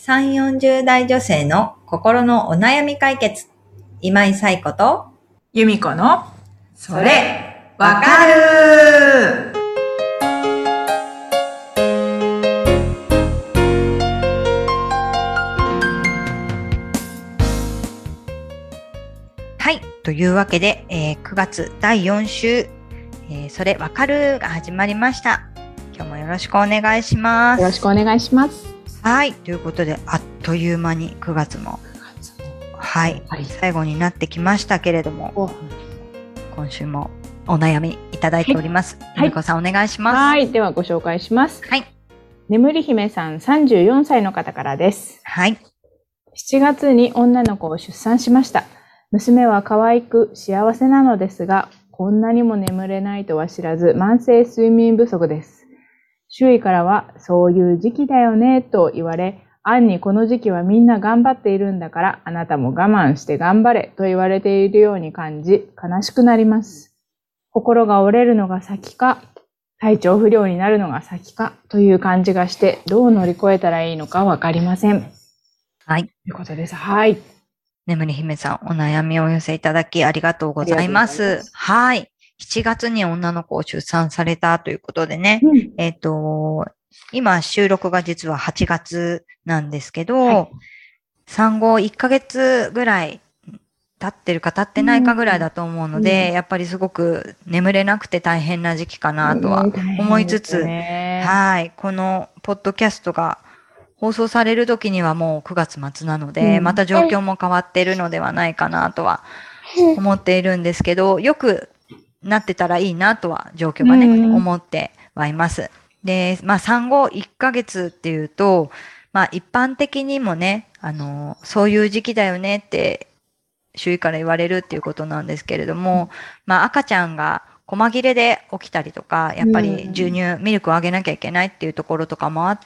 3、40代女性の心のお悩み解決。今井彩子と由美子のそれわかる。 はい。というわけで、9月第4週、それわかるが始まりました。今日もよろしくお願いします。 よろしくお願いします。 はい。ということで、あっという間に9月も、はい。最後になってきましたけれども、今週もお悩みいただいております。由美子さんお願いします。 はい。ではご紹介します。 はい。 眠り姫さん34歳の方からです。 はい。 7月に女の子を出産しました。娘は可愛く幸せなのですが、こんなにも眠れないとは知らず、慢性睡眠不足です。周囲からは、そういう時期だよね、と言われ、暗にこの時期はみんな頑張っているんだから、あなたも我慢して頑張れ、と言われているように感じ、悲しくなります。心が折れるのが先か、体調不良になるのが先か、という感じがして、どう乗り越えたらいいのかわかりません。 はい。 ということです。はい。 眠り姫さん、お悩みをお寄せいただきありがとうございます。はい。7月に女の子を出産されたということでね、今収録が実は8月なんですけど、産後1ヶ月ぐらい経ってるか経ってないかぐらいだと思うので、やっぱりすごく眠れなくて大変な時期かなとは思いつつ、はい。このポッドキャストが放送される時にはもう9月末なので、また状況も変わっているのではないかなとは思っているんですけど、よくなってたらいいなとは状況がね、思ってはいます。で、産後1ヶ月っていうと、一般的にもね、そういう時期だよねって周囲から言われるっていうことなんですけれども、赤ちゃんが細切れで起きたりとか、やっぱり授乳、ミルクをあげなきゃいけないっていうところとかもあって、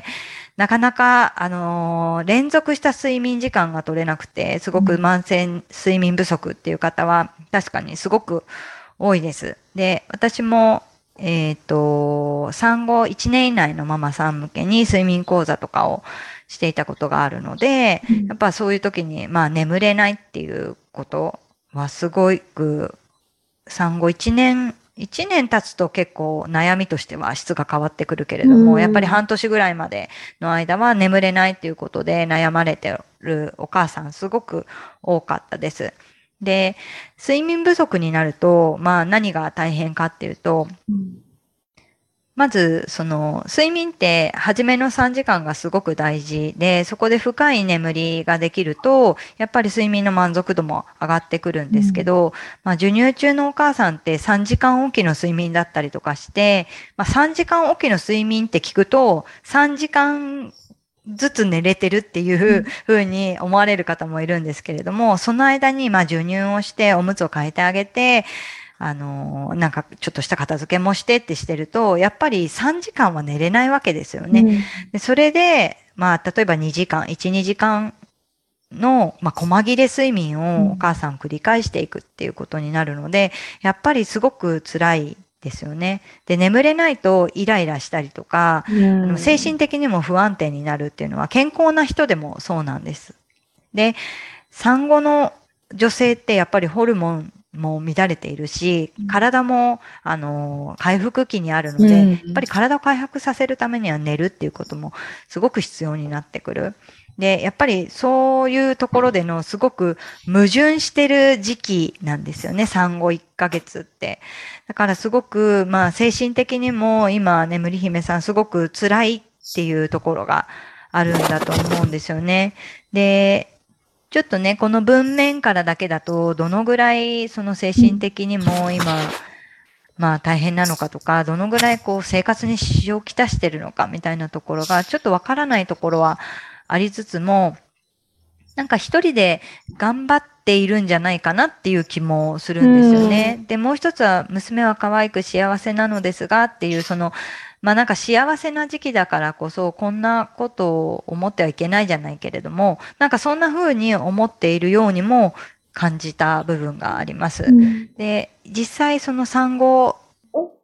なかなか、連続した睡眠時間が取れなくて、すごく慢性睡眠不足っていう方は、確かにすごく多いです。で、私も、産後1年以内のママさん向けに睡眠講座とかをしていたことがあるので、やっぱそういう時に、眠れないっていうことはすごく、産後1年経つと結構悩みとしては質が変わってくるけれども、やっぱり半年ぐらいまでの間は眠れないっていうことで悩まれてるお母さんすごく多かったです。で、睡眠不足になると、何が大変かっていうと、まず、睡眠って初めの3時間がすごく大事で、そこで深い眠りができると、やっぱり睡眠の満足度も上がってくるんですけど、授乳中のお母さんって3時間おきの睡眠だったりとかして、3時間おきの睡眠って聞くと、3時間ずつ寝れてるっていう風に思われる方もいるんですけれども、その間に授乳をしておむつを変えてあげて、なんかちょっとした片付けもしてってしてると、やっぱり3時間は寝れないわけですよね。でそれで、例えば2時間、1、2時間の、細切れ睡眠をお母さん繰り返していくっていうことになるので、やっぱりすごく辛いですよね。で、眠れないとイライラしたりとか、精神的にも不安定になるっていうのは健康な人でもそうなんです。で、産後の女性ってやっぱりホルモンも乱れているし、体も、回復期にあるので、やっぱり体を回復させるためには寝るっていうこともすごく必要になってくる。で、やっぱりそういうところでのすごく矛盾してる時期なんですよね、産後1ヶ月って。だからすごく、精神的にも今、眠り姫さんすごく辛いっていうところがあるんだと思うんですよね。で、ちょっとね、この文面からだけだと、どのぐらいその精神的にも今、大変なのかとか、どのぐらいこう生活に支障をきたしてるのかみたいなところが、ちょっとわからないところはありつつも、なんか一人で頑張っているんじゃないかなっていう気もするんですよね。で、もう一つは、娘は可愛く幸せなのですがっていう、なんか幸せな時期だからこそ、こんなことを思ってはいけないじゃないけれども、なんかそんな風に思っているようにも感じた部分があります。で、実際その産後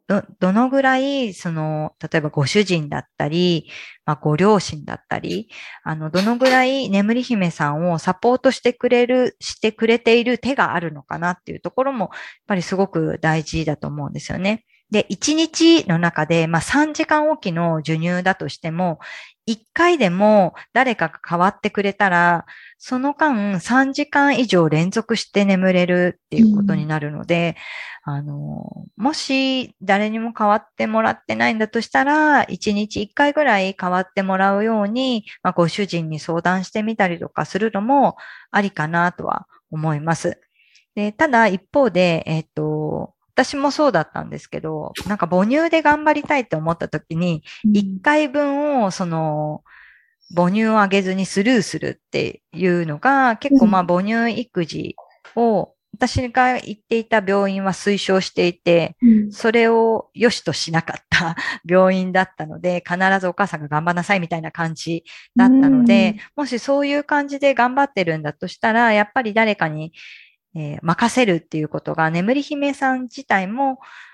どのぐらい、例えばご主人だったり、まあ、ご両親だったり、どのぐらい眠り姫さんをサポートしてくれている手があるのかなっていうところも、やっぱりすごく大事だと思うんですよね。で、1日の中で、まあ、3時間おきの授乳だとしても、1回でも誰かが変わってくれたら、その間3時間以上連続して眠れるっていうことになるので、もし誰にも変わってもらってないんだとしたら、1日1回ぐらい変わってもらうように、まあ、ご主人に相談してみたりとかするのもありかなとは思います。で、ただ一方で、私もそうだったんですけど、なんか母乳で頑張りたいと思った時に、1回分を母乳をあげずにスルーするっていうのが、結構まあ母乳育児を私が行っていた病院は推奨していて、それを良しとしなかった病院だったので、必ずお母さんが頑張んなさいみたいな感じだったので、もしそういう感じで頑張ってるんだとしたら、やっぱり誰かに任せるっていうことが、眠り姫さん自体も、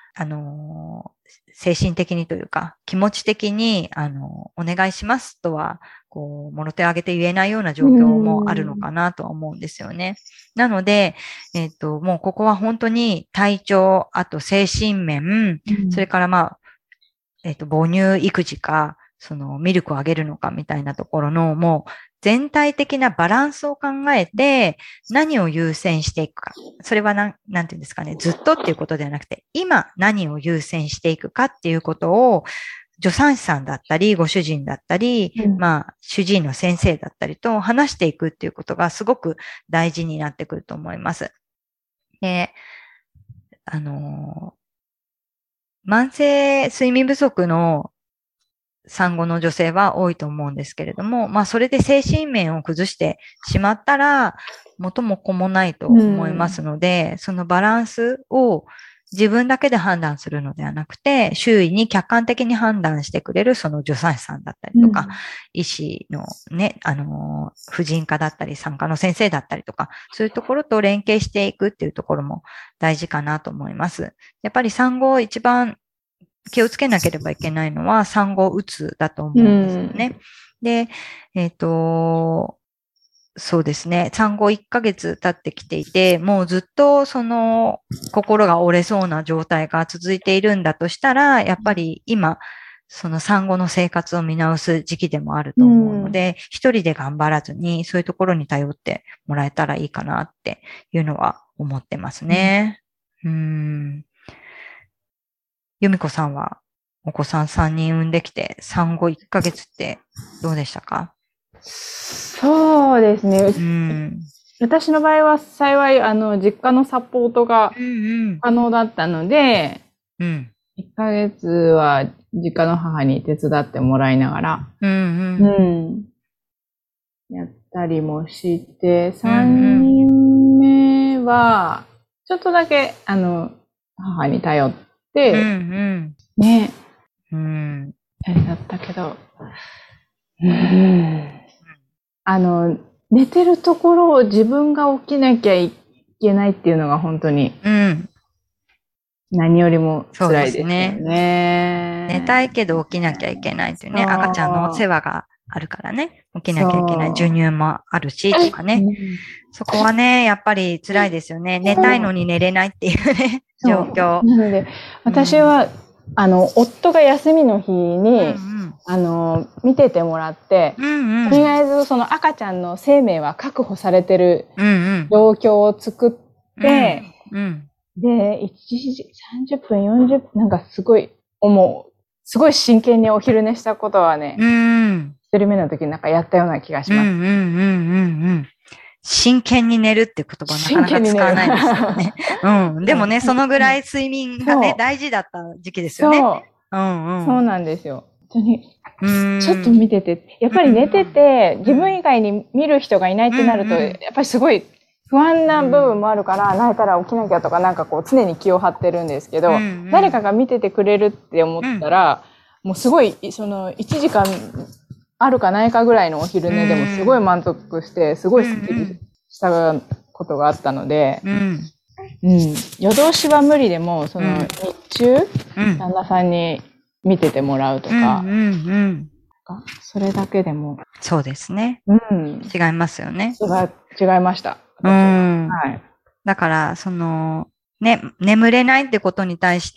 精神的にというか、気持ち的に、お願いしますとは、こう、もろ手を挙げて言えないような状況もあるのかなとは思うんですよね。なので、もうここは本当に体調、あと精神面、それからまあ、母乳育児か、ミルクをあげるのかみたいなところの、もう、全体的なバランスを考えて、何を優先していくか。それはなんていうんですかね、ずっとっていうことではなくて、今何を優先していくかっていうことを、助産師さんだったり、ご主人だったり、まあ、主治医の先生だったりと話していくっていうことがすごく大事になってくると思います。で、慢性睡眠不足の産後の女性は多いと思うんですけれども、まあそれで精神面を崩してしまったら元も子もないと思いますので、そのバランスを自分だけで判断するのではなくて、周囲に客観的に判断してくれるその助産師さんだったりとか、医師のね、婦人科だったり、産科の先生だったりとか、そういうところと連携していくっていうところも大事かなと思います。やっぱり産後一番気をつけなければいけないのは産後うつだと思うんですよね。で、そうですね。産後1ヶ月経ってきていて、もうずっと心が折れそうな状態が続いているんだとしたら、やっぱり今、その産後の生活を見直す時期でもあると思うので、一人で頑張らずに、そういうところに頼ってもらえたらいいかなっていうのは思ってますね。由美子さんはお子さん3人産んできて産後1ヶ月ってどうでしたか？ そうですね。私の場合は幸い実家のサポートが可能だったので、1ヶ月は実家の母に手伝ってもらいながら、やったりもして、3人目はちょっとだけ母に頼って、ね、あれだったけど、寝てるところを自分が起きなきゃいけないっていうのが本当に、何よりも辛いですよね。 寝たいけど起きなきゃいけないっていうね、赤ちゃんのお世話があるからね、起きなきゃいけない、授乳もあるしとかね、そこはね、やっぱり辛いですよね。寝たいのに寝れないっていうね、状況。 なので、私は、夫が休みの日に、見ててもらって、とりあえずその赤ちゃんの生命は確保されてる状況を作って、で、1時30分、40分、なんかすごい真剣にお昼寝したことはね、一人目の時になんかやったような気がします。 真剣に寝るって言葉なかなか使わないですよね。でもね、そのぐらい睡眠がね、大事だった時期ですよね。 そうなんですよ。本当に。ちょっと見てて、やっぱり寝てて、自分以外に見る人がいないってなると、やっぱりすごい不安な部分もあるから、泣いたら起きなきゃとかなんかこう常に気を張ってるんですけど、誰かが見ててくれるって思ったら、もうすごい、1時間あるかないかぐらいのお昼寝でもすごい満足して、すごいスッキリしたことがあったので、 夜通しは無理でも、その、日中、旦那さんに見ててもらうとか、それだけでも。 そうですね。違いますよね。 違いました。 だから、ね、眠れないってことに対して、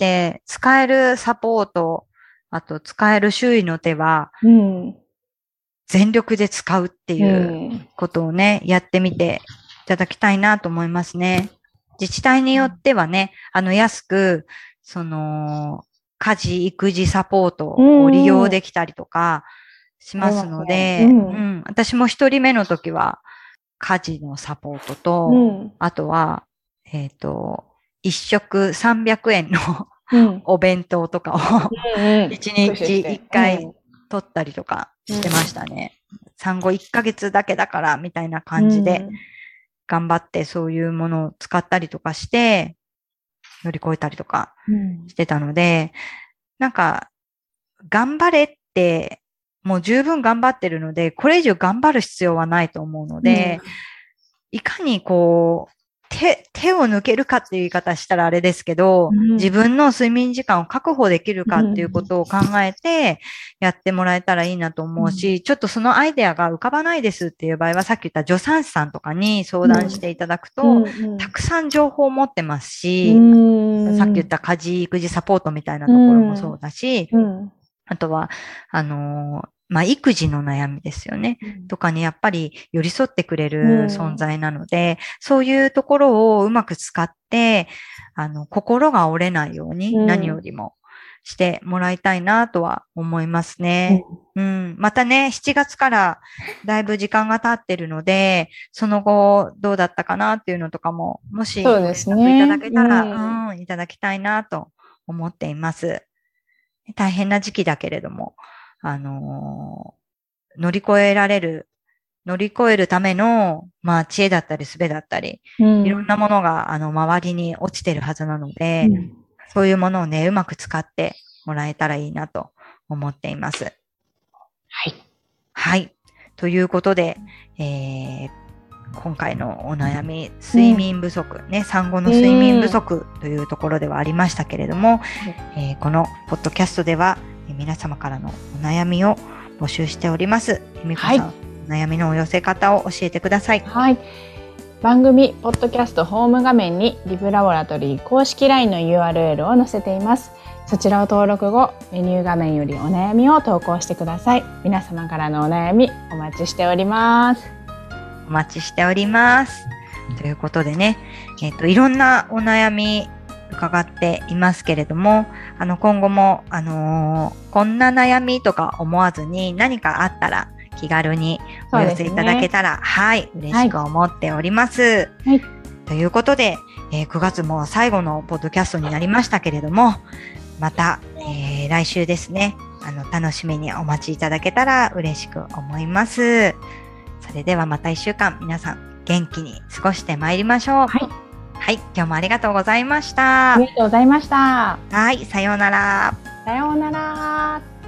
使えるサポート、あと使える周囲の手は、全力で使うっていうことをね、やってみていただきたいなと思いますね。自治体によってはね、安く、家事、育児サポートを利用できたりとかしますので、私も一人目の時は、家事のサポートと、あとは、一食300円のお弁当とかを一日一回取ったりとかしてましたね。産後1ヶ月だけだからみたいな感じで頑張ってそういうものを使ったりとかして乗り越えたりとかしてたので、なんか頑張れってもう十分頑張ってるので、これ以上頑張る必要はないと思うので、いかに手を抜けるかっていう言い方したらあれですけど、自分の睡眠時間を確保できるかっていうことを考えてやってもらえたらいいなと思うし、ちょっとそのアイデアが浮かばないですっていう場合は、さっき言った助産師さんとかに相談していただくと、たくさん情報を持ってますし、さっき言った家事育児サポートみたいなところもそうだし、あとは、育児の悩みですよね。とかにやっぱり寄り添ってくれる存在なので、そういうところをうまく使って、心が折れないように何よりもしてもらいたいなとは思いますね。またね、7月からだいぶ時間が経ってるので、その後どうだったかなっていうのとかも、もしご連絡いただけたら、いただきたいなと思っています。大変な時期だけれども、乗り越えるための、知恵だったり、術だったり、いろんなものが、周りに落ちてるはずなので、そういうものをね、うまく使ってもらえたらいいなと思っています。 はい。 はい。ということで、今回のお悩み、睡眠不足、産後の睡眠不足というところではありましたけれども、このポッドキャストでは、皆様からのお悩みを募集しております。由美子さん、悩みのお寄せ方を教えてください。 はい。番組ポッドキャストホーム画面にリブラボラトリー公式 LINE の URL を載せています。そちらを登録後、メニュー画面よりお悩みを投稿してください。皆様からのお悩みお待ちしております。 お待ちしております。ということでね、いろんなお悩み伺っていますけれども、今後も、こんな悩みとか思わずに何かあったら気軽にお寄せいただけたら、嬉しく思っております。ということで、9月も最後のポッドキャストになりましたけれども、また、来週ですね、楽しみにお待ちいただけたら嬉しく思います。それではまた1週間皆さん元気に過ごしてまいりましょう。はい、今日もありがとうございました。 ありがとうございました。 はい、さようなら。 さようなら。